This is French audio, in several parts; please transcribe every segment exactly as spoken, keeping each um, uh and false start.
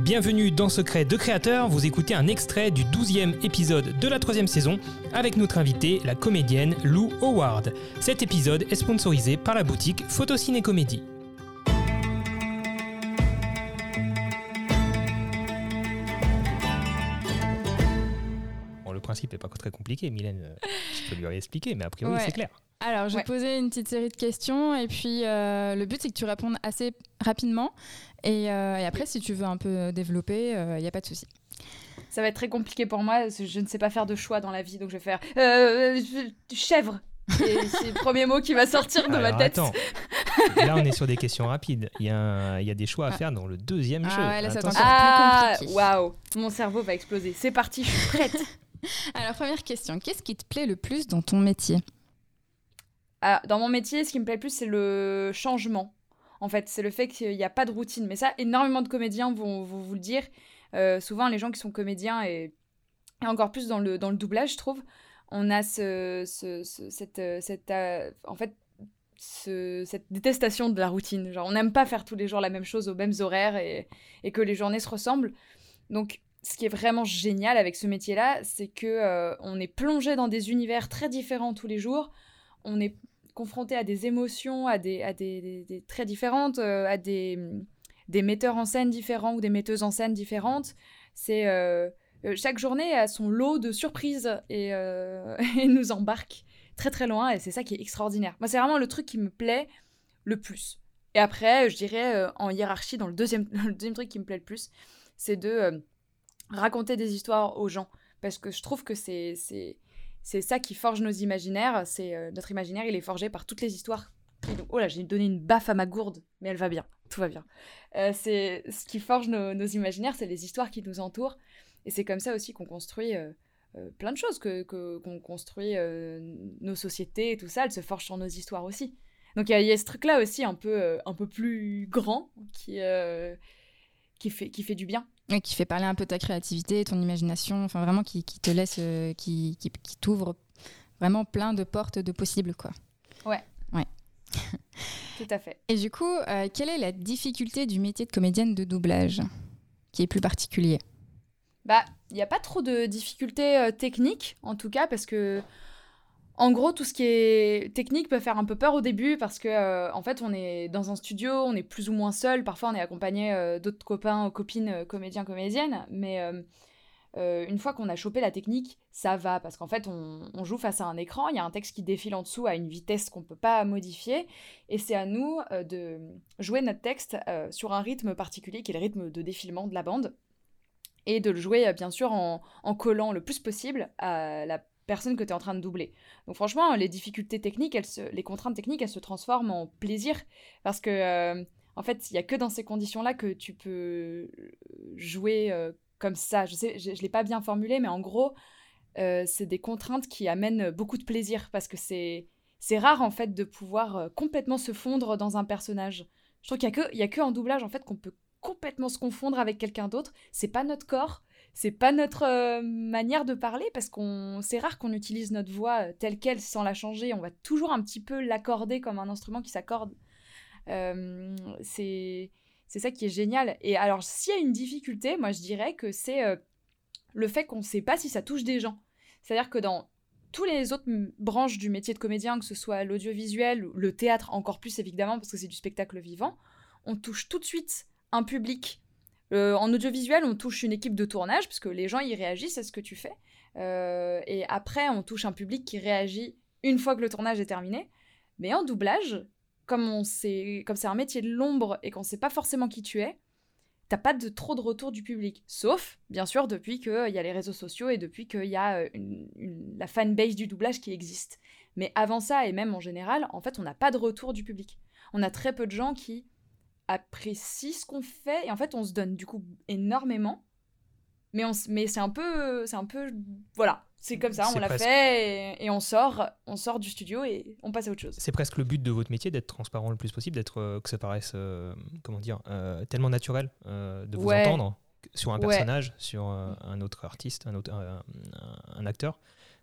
Bienvenue dans Secret de Créateur, vous écoutez un extrait du douzième épisode de la troisième saison avec notre invitée, la comédienne Lou Howard. Cet épisode est sponsorisé par la boutique Photociné Comédie. Bon, le principe n'est pas très compliqué, Mylène, je peux lui expliquer, mais a priori ouais. c'est clair. Alors, je vais ouais. poser une petite série de questions et puis euh, le but, c'est que tu répondes assez rapidement. Et, euh, et après, si tu veux un peu développer, il euh, n'y a pas de souci. Ça va être très compliqué pour moi, parce que je ne sais pas faire de choix dans la vie, donc je vais faire euh, chèvre. Et c'est le premier mot qui va sortir de Alors, ma tête. Attends, là on est sur des questions rapides. Il y a, un, il y a des choix à faire dans le deuxième ah jeu. Ouais, là, ça Attention. Ah, plus compliqué. waouh, mon cerveau va exploser. C'est parti, je suis prête. Alors, première question, qu'est-ce qui te plaît le plus dans ton métier ? Ah, dans mon métier, ce qui me plaît le plus, c'est le changement. En fait, c'est le fait qu'il n'y a pas de routine. Mais ça, énormément de comédiens vont, vont vous le dire. Euh, souvent, les gens qui sont comédiens, et, et encore plus dans le, dans le doublage, je trouve, on a ce, ce, ce, cette, cette, euh, en fait, ce, cette détestation de la routine. Genre, on n'aime pas faire tous les jours la même chose aux mêmes horaires et, et que les journées se ressemblent. Donc, ce qui est vraiment génial avec ce métier-là, c'est qu'on euh, est plongé dans des univers très différents tous les jours. On est confronté à des émotions, à des, à des, des, des très différentes, euh, à des, des metteurs en scène différents ou des metteuses en scène différentes. C'est, euh, chaque journée a son lot de surprises et, euh, et nous embarque très très loin, et c'est ça qui est extraordinaire. Moi, c'est vraiment le truc qui me plaît le plus. Et après, je dirais, euh, en hiérarchie, dans le deuxième, le deuxième truc qui me plaît le plus, c'est de euh, raconter des histoires aux gens. Parce que je trouve que c'est... c'est C'est ça qui forge nos imaginaires. C'est, euh, notre imaginaire, il est forgé par toutes les histoires. Oh là, j'ai donné une baffe à ma gourde, mais elle va bien, tout va bien. Euh, c'est, ce qui forge nos, nos imaginaires, c'est les histoires qui nous entourent. Et c'est comme ça aussi qu'on construit euh, euh, plein de choses, que, que, qu'on construit euh, nos sociétés et tout ça. Elles se forgent sur nos histoires aussi. Donc il y, y a ce truc-là aussi un peu, euh, un peu plus grand qui, euh, qui, fait, qui fait du bien. Et qui fait parler un peu ta créativité, ton imagination, enfin vraiment qui, qui te laisse, euh, qui, qui, qui t'ouvre vraiment plein de portes de possibles, quoi. Ouais. Ouais. Tout à fait. Et du coup, euh, quelle est la difficulté du métier de comédienne de doublage, qui est plus particulier ? Bah, il n'y a pas trop de difficultés euh, techniques, en tout cas, parce que en gros, tout ce qui est technique peut faire un peu peur au début parce que, euh, en fait, on est dans un studio, on est plus ou moins seul. Parfois, on est accompagné euh, d'autres copains, copines, euh, comédiens, comédiennes. Mais euh, euh, une fois qu'on a chopé la technique, ça va. Parce qu'en fait, on, on joue face à un écran, il y a un texte qui défile en dessous à une vitesse qu'on ne peut pas modifier. Et c'est à nous euh, de jouer notre texte euh, sur un rythme particulier, qui est le rythme de défilement de la bande. Et de le jouer, euh, bien sûr, en, en collant le plus possible à la personne que tu es en train de doubler. Donc franchement, les difficultés techniques, elles se, les contraintes techniques, elles se transforment en plaisir parce que, euh, en fait, il n'y a que dans ces conditions-là que tu peux jouer euh, comme ça. Je sais, je ne l'ai pas bien formulé, mais en gros, euh, c'est des contraintes qui amènent beaucoup de plaisir parce que c'est, c'est rare, en fait, de pouvoir euh, complètement se fondre dans un personnage. Je trouve qu'il n'y a que, il y a que en doublage, en fait, qu'on peut complètement se confondre avec quelqu'un d'autre. C'est pas notre corps. C'est pas notre euh, manière de parler parce qu'on c'est rare qu'on utilise notre voix telle quelle sans la changer. On va toujours un petit peu l'accorder comme un instrument qui s'accorde. Euh, c'est, c'est ça qui est génial. Et alors, s'il y a une difficulté, moi je dirais que c'est euh, le fait qu'on sait pas si ça touche des gens. C'est-à-dire que dans tous les autres m- branches du métier de comédien, que ce soit l'audiovisuel, le théâtre encore plus évidemment parce que c'est du spectacle vivant, on touche tout de suite un public. Euh, en audiovisuel, on touche une équipe de tournage, parce que les gens, ils réagissent à ce que tu fais. Euh, et après, on touche un public qui réagit une fois que le tournage est terminé. Mais en doublage, comme, on sait, comme c'est un métier de l'ombre et qu'on ne sait pas forcément qui tu es, t'as pas de, trop de retour du public. Sauf, bien sûr, depuis qu'il y a les réseaux sociaux et depuis qu'il y a une, une, la fanbase du doublage qui existe. Mais avant ça, et même en général, en fait, on n'a pas de retour du public. On a très peu de gens qui apprécie ce qu'on fait et en fait on se donne du coup énormément mais, on, mais c'est un peu c'est un peu voilà c'est comme ça, c'est on l'a presque... fait et, et on sort on sort du studio et on passe à autre chose. C'est presque le but de votre métier, d'être transparent le plus possible, d'être euh, que ça paraisse euh, comment dire euh, tellement naturel euh, de vous ouais. entendre sur un personnage, ouais. sur euh, un autre artiste, un autre un, un acteur,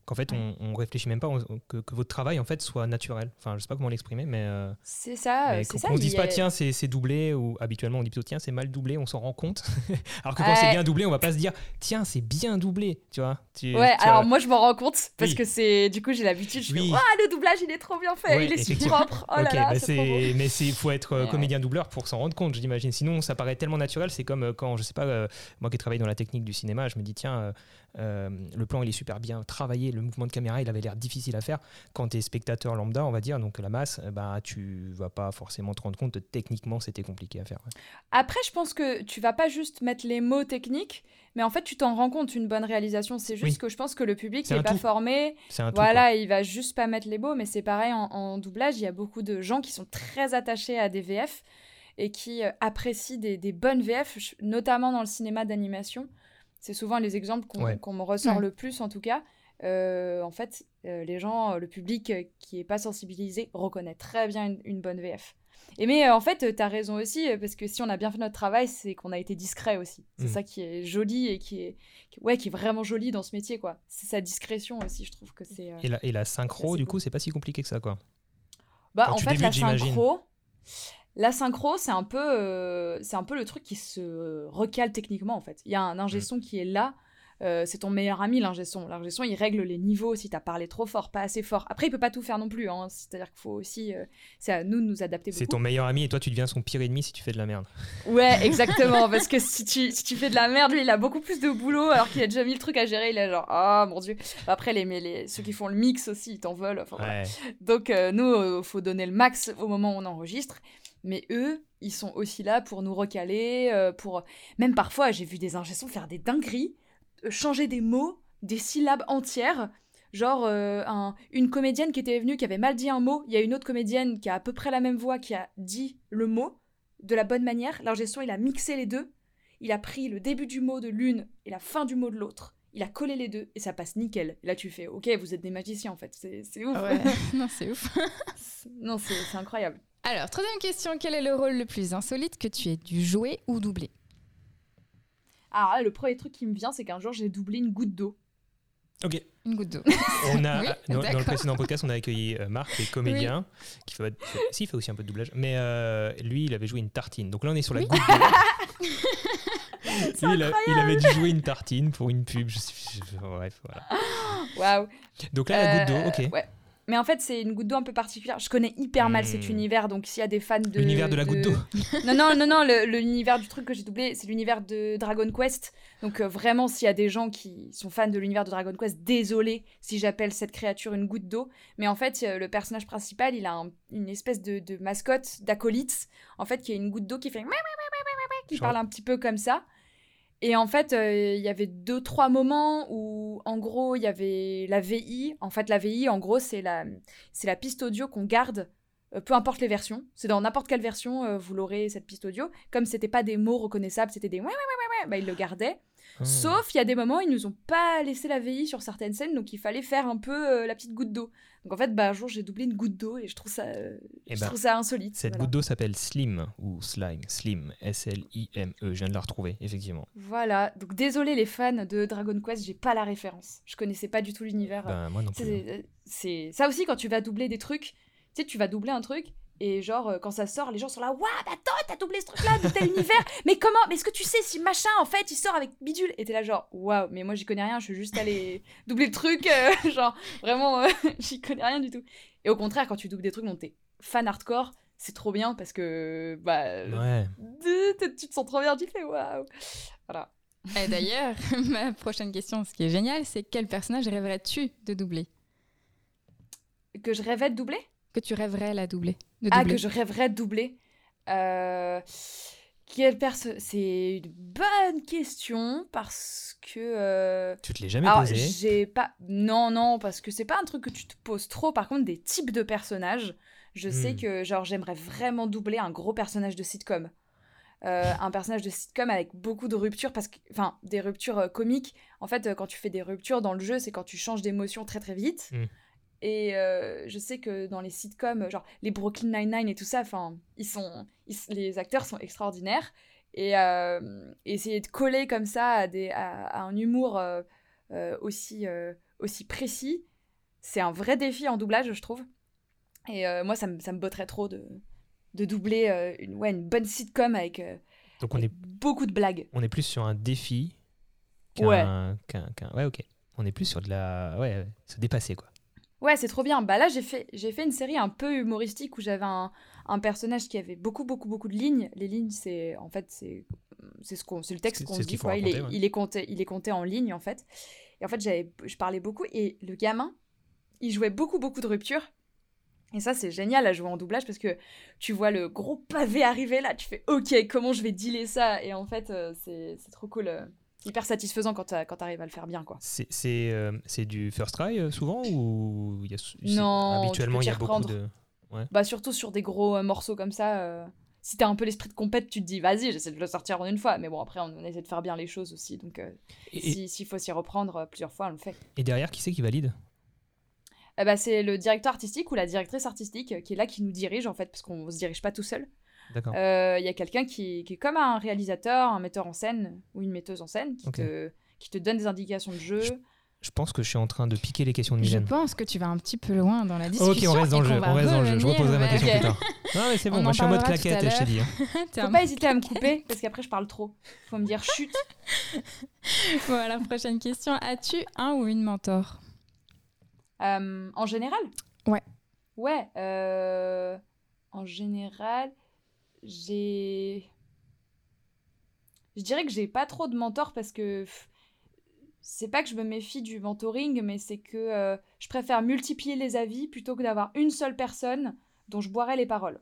qu'en fait, on, on réfléchit même pas on, que, que votre travail en fait soit naturel. Enfin, je sais pas comment l'exprimer, mais euh, c'est ça. mais c'est qu'on, ça. qu'on se dise pas a... tiens c'est, c'est doublé ou habituellement on dit plutôt tiens c'est mal doublé, on s'en rend compte. Alors que quand ouais. c'est bien doublé, on va pas se dire tiens c'est bien doublé, tu vois. Tu, ouais. tu alors vois... moi je m'en rends compte parce oui. que c'est du coup j'ai l'habitude. Je oui. fais waouh le doublage il est trop bien fait, ouais, il est si propre. Oh okay, là là, bah c'est, c'est trop beau. mais c'est faut être euh, mais comédien ouais. doubleur pour s'en rendre compte, j'imagine. Sinon ça paraît tellement naturel. C'est comme euh, quand je sais pas euh, moi qui travaille dans la technique du cinéma, je me dis tiens euh, euh, le plan il est super bien travaillé, le mouvement de caméra il avait l'air difficile à faire. Quand tu es spectateur lambda on va dire, donc la masse, bah tu vas pas forcément te rendre compte que techniquement c'était compliqué à faire. Ouais. Après je pense que tu vas pas juste mettre les mots techniques, mais en fait tu t'en rends compte. Une bonne réalisation c'est juste oui. que je pense que le public n'est pas tout. formé, c'est un voilà tout, il va juste pas mettre les mots. Mais c'est pareil en, en doublage, il y a beaucoup de gens qui sont très attachés à des V F et qui euh, apprécient des, des bonnes V F, notamment dans le cinéma d'animation. C'est souvent les exemples qu'on, ouais. qu'on me ressort ouais. le plus, en tout cas. Euh, en fait, euh, les gens, le public euh, qui n'est pas sensibilisé reconnaît très bien une, une bonne V F. Et mais euh, en fait, tu as raison aussi, parce que si on a bien fait notre travail, c'est qu'on a été discret aussi. C'est mmh. ça qui est joli et qui est, qui, ouais, qui est vraiment joli dans ce métier, quoi. C'est sa discrétion aussi, je trouve que c'est... Euh, et, la, et la synchro, du beau. coup, c'est pas si compliqué que ça, quoi. Bah, Quand en fait, débutes, la synchro... J'imagine. La synchro, c'est un peu, euh, c'est un peu le truc qui se recale techniquement, en fait. Il y a un ingé son mmh. qui est là, euh, c'est ton meilleur ami, l'ingé son. L'ingé son, il règle les niveaux si t'as parlé trop fort, pas assez fort. Après, il peut pas tout faire non plus, hein. C'est-à-dire qu'il faut aussi... Euh, c'est à nous de nous adapter beaucoup. C'est ton meilleur ami et toi, tu deviens son pire ennemi si tu fais de la merde. Ouais, exactement, parce que si tu, si tu fais de la merde, lui, il a beaucoup plus de boulot, alors qu'il a déjà mis le truc à gérer, il est genre, ah, oh, mon Dieu. Après, les, les, ceux qui font le mix aussi, ils t'en veulent. Enfin, ouais. voilà. Donc, euh, nous, il euh, faut donner le max au moment où on enregistre. Mais eux, ils sont aussi là pour nous recaler, euh, pour... Même parfois, j'ai vu des ingé-sons faire des dingueries, euh, changer des mots, des syllabes entières. Genre, euh, un, une comédienne qui était venue, qui avait mal dit un mot, il y a une autre comédienne qui a à peu près la même voix, qui a dit le mot de la bonne manière. L'ingé-son, il a mixé les deux. Il a pris le début du mot de l'une et la fin du mot de l'autre. Il a collé les deux et ça passe nickel. Et là, tu fais, ok, vous êtes des magiciens, en fait. C'est, c'est ouf. Ouais. Non, c'est ouf. non, c'est, c'est incroyable. Alors, troisième question, quel est le rôle le plus insolite que tu aies dû jouer ou doubler ? Alors là, le premier truc qui me vient, c'est qu'un jour, j'ai doublé une goutte d'eau. Ok. Une goutte d'eau. On a, oui, dans, dans le précédent podcast, on a accueilli euh, Marc, qui est comédien, oui. qui fait, fait, si, il fait aussi un peu de doublage, mais euh, lui, il avait joué une tartine. Donc là, on est sur la oui. goutte d'eau. lui, il, a, il avait dû jouer une tartine pour une pub. Je sais, je, bref, voilà. Waouh. Donc là, la goutte d'eau, ok. Ouais. Mais en fait, c'est une goutte d'eau un peu particulière. Je connais hyper mal mmh. cet univers, donc s'il y a des fans de... L'univers de la de... goutte d'eau. Non, non, non, non, le, l'univers du truc que j'ai doublé, c'est l'univers de Dragon Quest. Donc euh, vraiment, s'il y a des gens qui sont fans de l'univers de Dragon Quest, désolé si j'appelle cette créature une goutte d'eau. Mais en fait, euh, le personnage principal, il a un, une espèce de, de mascotte, d'acolyte, en fait, qui est une goutte d'eau qui fait... qui parle un petit peu comme ça. Et en fait, il euh, y avait deux, trois moments où, en gros, il y avait la V I. En fait, la V I, en gros, c'est la, c'est la piste audio qu'on garde, euh, peu importe les versions. C'est dans n'importe quelle version, euh, vous l'aurez, cette piste audio. Comme c'était pas des mots reconnaissables, c'était des ouais, ouais, ouais, ouais, bah, ils le gardaient. Mmh. Sauf, il y a des moments où ils nous ont pas laissé la V I sur certaines scènes, donc il fallait faire un peu euh, la petite goutte d'eau. Donc en fait, bah, un jour, j'ai doublé une goutte d'eau et je trouve ça, euh, je bah, trouve ça insolite. Cette voilà. goutte d'eau s'appelle Slim, ou Slime, Slim, S L I M E. Je viens de la retrouver, effectivement. Voilà, donc désolé les fans de Dragon Quest, j'ai pas la référence. Je connaissais pas du tout l'univers. Ben, moi non plus. C'est, c'est... Ça aussi, quand tu vas doubler des trucs, tu sais, tu vas doubler un truc, et genre, quand ça sort, les gens sont là, waouh, attends, t'as doublé ce truc-là de tel univers, mais comment, mais est-ce que tu sais si machin, en fait, il sort avec bidule? Et t'es là, genre, waouh, mais moi j'y connais rien, je suis juste allée doubler le truc, euh, genre, vraiment, euh, j'y connais rien du tout. Et au contraire, quand tu doubles des trucs dont t'es fan hardcore, c'est trop bien parce que, bah, ouais. tu te sens trop bien, tu fais waouh. Voilà. Et d'ailleurs, ma prochaine question, ce qui est génial, c'est quel personnage rêverais-tu de doubler? Que je rêvais de doubler? Que tu rêverais la doubler. De ah, doubler. que je rêverais de doubler. Euh... Quelle personne? C'est une bonne question parce que. Euh... Tu te l'es jamais Alors, posé? J'ai pas. Non, non, parce que c'est pas un truc que tu te poses trop. Par contre, des types de personnages, je hmm. sais que genre j'aimerais vraiment doubler un gros personnage de sitcom. Euh, un personnage de sitcom avec beaucoup de ruptures, parce que, enfin, des ruptures euh, comiques. En fait, euh, quand tu fais des ruptures dans le jeu, c'est quand tu changes d'émotion très très vite. Hmm. Et euh, je sais que dans les sitcoms, genre les Brooklyn Nine-Nine et tout ça, enfin, ils sont, ils, les acteurs sont extraordinaires. Et euh, essayer de coller comme ça à, des, à, à un humour euh, euh, aussi, euh, aussi précis, c'est un vrai défi en doublage, je trouve. Et euh, moi, ça me, ça me botterait trop de, de doubler euh, une, ouais, une bonne sitcom avec, euh, Donc on avec est, beaucoup de blagues. on est plus sur un défi qu'un, Ouais. qu'un, qu'un... Ouais, ok. On est plus sur de la... Ouais, ouais, se dépasser, quoi. Ouais, c'est trop bien. Bah là, j'ai fait, j'ai fait une série un peu humoristique où j'avais un, un personnage qui avait beaucoup, beaucoup, beaucoup de lignes. Les lignes, c'est en fait, c'est, c'est, ce qu'on, c'est le texte C'est- qu'on c'est ce dit. qu'il faut Quoi. Il, est, raconter, ouais. il, est compté, il est compté en lignes, en fait. Et en fait, j'avais, je parlais beaucoup. Et le gamin, il jouait beaucoup, beaucoup de ruptures. Et ça, c'est génial à jouer en doublage parce que tu vois le gros pavé arriver là. Tu fais OK, comment je vais dealer ça? Et en fait, euh, c'est, c'est trop cool. euh, hyper satisfaisant quand t'as- quand t'arrives à le faire bien, quoi. C'est, c'est, euh, c'est du first try euh, souvent ou il y a, c'est- Non, tu habituellement peux il y t'y a beaucoup reprendre. de... Ouais. Bah surtout sur des gros euh, morceaux comme ça. euh, Si t'as un peu l'esprit de compète, tu te dis vas-y, j'essaie de le sortir en une fois. Mais bon, après, on, on essaie de faire bien les choses aussi. Donc euh, Et, si- s'il faut s'y reprendre euh, plusieurs fois, on le fait. et derrière, qui c'est qui valide? Eh bah, c'est le directeur artistique ou la directrice artistique euh, qui est là, qui nous dirige en fait, parce qu'on se dirige pas tout seul. D'accord. Il euh, y a quelqu'un qui, qui est comme un réalisateur, un metteur en scène ou une metteuse en scène qui, Ok. te, qui te donne des indications de jeu. Je- Je pense que je suis en train de piquer les questions de Je Mylène. pense que tu vas un petit peu loin dans la discussion. Ok, on reste dans et le jeu. qu'on va On reste dans le jeu. Je revenir reposerai ma vers- question Ok. plus tard. Non, mais c'est bon. On Moi, en je suis en mode parlera tout à claquette, je t'ai dit. hein. T'es Faut un- pas hésiter à me couper parce qu'après je parle trop. Faut me dire chut. Voilà, prochaine question. As-tu un ou une mentor? Euh, en général? Ouais. Ouais. euh, En général, j'ai. Je dirais que j'ai pas trop de mentors parce que pff, c'est pas que je me méfie du mentoring, mais c'est que euh, je préfère multiplier les avis plutôt que d'avoir une seule personne dont je boirais les paroles.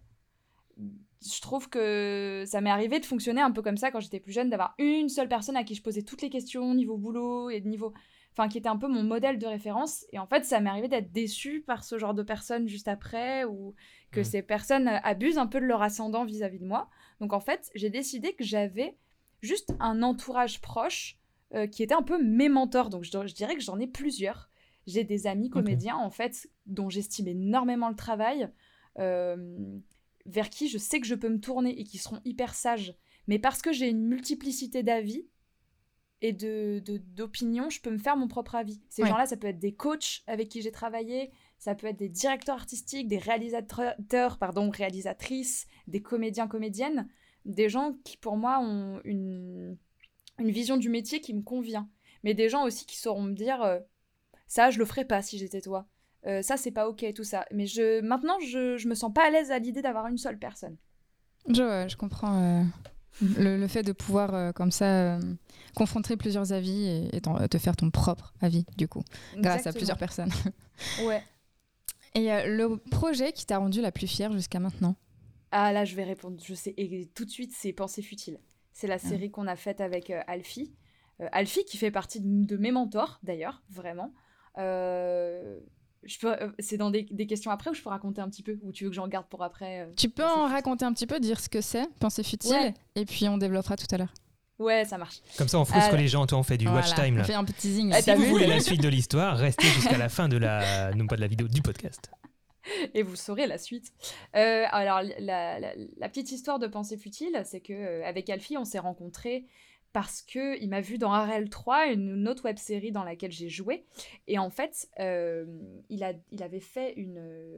Je trouve que ça m'est arrivé de fonctionner un peu comme ça quand j'étais plus jeune, d'avoir une seule personne à qui je posais toutes les questions niveau boulot et de niveau... Enfin, qui était un peu mon modèle de référence. Et en fait, ça m'est arrivé d'être déçue par ce genre de personnes juste après, ou que Mm. ces personnes abusent un peu de leur ascendant vis-à-vis de moi. Donc en fait, j'ai décidé que j'avais juste un entourage proche euh, qui était un peu mes mentors. Donc je, je dirais que j'en ai plusieurs. J'ai des amis comédiens, en fait, dont j'estime énormément le travail, euh, vers qui je sais que je peux me tourner et qui seront hyper sages. Mais parce que j'ai une multiplicité d'avis et de, de, d'opinions, je peux me faire mon propre avis. Ces Ouais. gens-là, ça peut être des coachs avec qui j'ai travaillé, ça peut être des directeurs artistiques, des réalisateurs, pardon, réalisatrices, des comédiens, comédiennes, des gens qui, pour moi, ont une, une vision du métier qui me convient. Mais des gens aussi qui sauront me dire euh, ça, je le ferais pas si j'étais toi. Euh, ça, c'est pas ok, tout ça. Mais je, maintenant, je, je me sens pas à l'aise à l'idée d'avoir une seule personne. Je, ouais, je comprends euh, le, le fait de pouvoir, euh, comme ça, euh, confronter plusieurs avis et, et t'en- te faire ton propre avis, du coup, grâce à Exactement. plusieurs personnes. Ouais. Et euh, le projet qui t'a rendu la plus fière jusqu'à maintenant? Ah là, je vais répondre. Je sais et tout de suite, c'est Pensée futile. C'est la série qu'on a faite avec euh, Alfie. Euh, Alfie qui fait partie de, de mes mentors, d'ailleurs, vraiment. Euh, je peux, euh, c'est dans des, des questions après ou je peux raconter un petit peu? Ou tu veux que j'en garde pour après euh, Tu peux Pensée en futile raconter un petit peu, dire ce que c'est, Pensée futile, Ouais. et puis on développera tout à l'heure. Ouais, ça marche. Comme ça, on frustre Euh, les gens. Toi, on fait du watch Voilà, time. on Là. fait un petit teasing. Ah, là. Si t'as vous vu voulez la suite de l'histoire, restez jusqu'à la fin de la... Non pas de la vidéo, du podcast. Et vous saurez la suite. Euh, alors, la, la- la petite histoire de Pensée futile, c'est que euh, avec Alfie, on s'est rencontrés parce que il m'a vu dans R L trois, une, une autre web-série dans laquelle j'ai joué. Et en fait, euh, il, a, il avait fait une,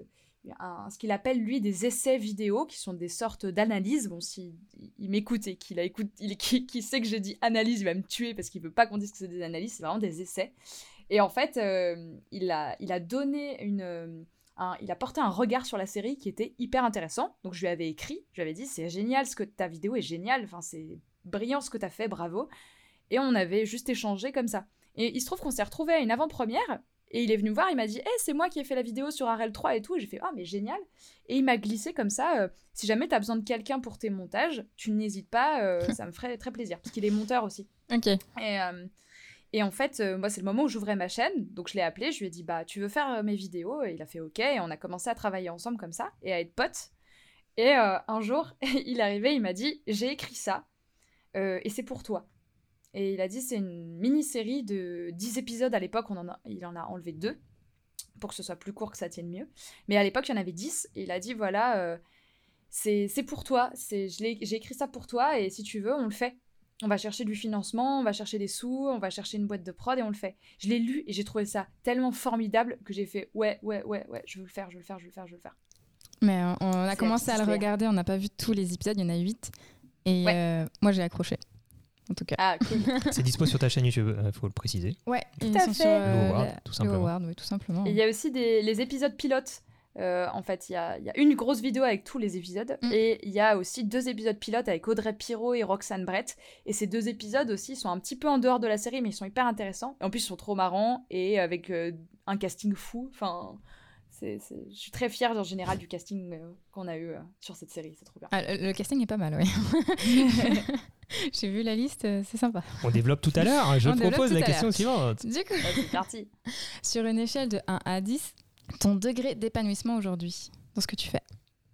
un, ce qu'il appelle, lui, des essais vidéo, qui sont des sortes d'analyses. Bon, s'il il m'écoute et qu'il a écoute, il, qu'il, qu'il sait que j'ai dit analyse, il va me tuer parce qu'il veut pas qu'on dise que c'est des analyses, c'est vraiment des essais. Et en fait, euh, il, a, il a donné une... Un, il a porté un regard sur la série qui était hyper intéressant. Donc je lui avais écrit, je lui avais dit c'est génial, ce que ta vidéo est géniale, enfin c'est brillant ce que t'as fait, bravo. Et on avait juste échangé comme ça. Et il se trouve qu'on s'est retrouvés à une avant-première et il est venu me voir, il m'a dit hey, c'est moi qui ai fait la vidéo sur R L trois et tout. Et j'ai fait ah mais génial. Et il m'a glissé comme ça, euh, si jamais t'as besoin de quelqu'un pour tes montages, tu n'hésites pas, euh, ça me ferait très plaisir. Parce qu'il est monteur aussi. Ok. Et, euh, et en fait, euh, moi, c'est le moment où j'ouvrais ma chaîne. Donc, je l'ai appelé. Je lui ai dit, bah, tu veux faire euh, mes vidéos? Et il a fait OK. Et on a commencé à travailler ensemble comme ça et à être potes. Et euh, un jour, il est arrivé, il m'a dit, j'ai écrit ça euh, et c'est pour toi. Et il a dit, c'est une mini-série de dix épisodes à l'époque. On en a, il en a enlevé deux pour que ce soit plus court, que ça tienne mieux. Mais à l'époque, il y en avait dix. Et il a dit, voilà, euh, c'est, c'est pour toi. C'est, je l'ai, j'ai écrit ça pour toi et si tu veux, on le fait. on va chercher du financement, on va chercher des sous, on va chercher une boîte de prod et on le fait. Je l'ai lu et j'ai trouvé ça tellement formidable que j'ai fait ouais, ouais, ouais, ouais, je veux le faire, je veux le faire, je veux le faire, je veux le faire. Mais euh, on a C'est commencé à le clair. regarder, on n'a pas vu tous les épisodes, il y en a huit. Et Ouais. euh, moi, j'ai accroché. En tout cas. Ah, cool. C'est dispo sur ta chaîne YouTube, il faut le préciser. Ouais, Tout ils à sont fait. sur euh, Le Howard, la- tout le simplement. Howard, oui, tout simplement. Et il y a aussi des, les épisodes pilotes. Euh, en fait, il y a, il y a une grosse vidéo avec tous les épisodes. Mm. Et il y a aussi deux épisodes pilotes avec Audrey Pirot et Roxane Brett. Et ces deux épisodes aussi sont un petit peu en dehors de la série, mais ils sont hyper intéressants. Et en plus, ils sont trop marrants et avec euh, un casting fou. Enfin, c'est, c'est... je suis très fière en général du casting euh, qu'on a eu euh, sur cette série. C'est trop bien. Ah, le, le casting est pas mal, oui. J'ai vu la liste, euh, c'est sympa. On développe tout à l'heure. Je On développe propose tout la à question l'heure. suivante. Du coup, Ouais, c'est parti. sur une échelle de un à dix, ton degré d'épanouissement aujourd'hui dans ce que tu fais.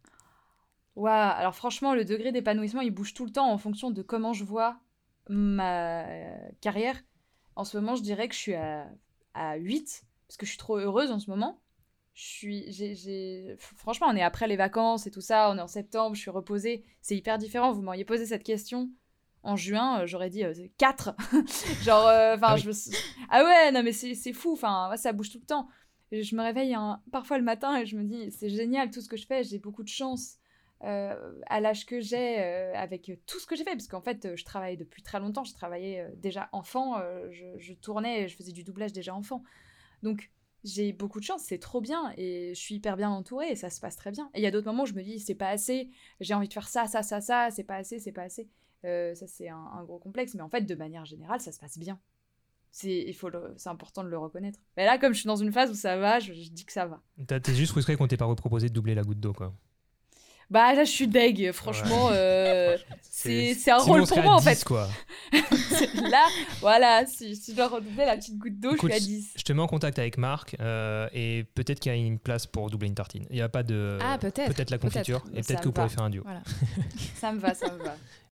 Waouh, alors franchement, le degré d'épanouissement, il bouge tout le temps en fonction de comment je vois ma carrière. En ce moment, je dirais que je suis à, à huit, parce que je suis trop heureuse en ce moment. Je suis, j'ai, j'ai... Franchement, on est après les vacances et tout ça, on est en septembre, je suis reposée. C'est hyper différent. Vous m'auriez posé cette question en juin, euh, j'aurais dit euh, quatre. Genre, euh, enfin, Ah oui. je me suis- Ah ouais, non mais c'est, c'est fou, enfin, ouais, ça bouge tout le temps. Et je me réveille hein, parfois le matin et je me dis, c'est génial tout ce que je fais, j'ai beaucoup de chance. Euh, à l'âge que j'ai, euh, avec tout ce que j'ai fait, parce qu'en fait, euh, je travaille depuis très longtemps, je travaillais euh, déjà enfant, euh, je, je tournais, je faisais du doublage déjà enfant. Donc, j'ai beaucoup de chance, c'est trop bien, et je suis hyper bien entourée, et ça se passe très bien. Et il y a d'autres moments où je me dis, c'est pas assez, j'ai envie de faire ça, ça, ça, ça, c'est pas assez, c'est pas assez. Euh, ça, c'est un, un gros complexe, mais en fait, de manière générale, ça se passe bien. C'est, il faut le, c'est important de le reconnaître. Mais là, comme je suis dans une phase où ça va, je, je dis que ça va. T'as- T'es juste frustré qu'on t'ait pas reproposé de doubler la goutte d'eau, quoi. Bah là, je suis deg, franchement. euh, c'est, c'est un Sinon, rôle on serait pour moi, à en fait. dix, quoi. Là, voilà, si, si je dois redoubler la petite goutte d'eau, Écoute, je suis à dix. Je te mets en contact avec Marc euh, et peut-être qu'il y a une place pour doubler une tartine. Il n'y a pas de. Ah, peut-être, Peut-être la peut-être. confiture Mais et ça peut-être que me vous pourrez va. faire un duo. Voilà. Ça me va, ça me va.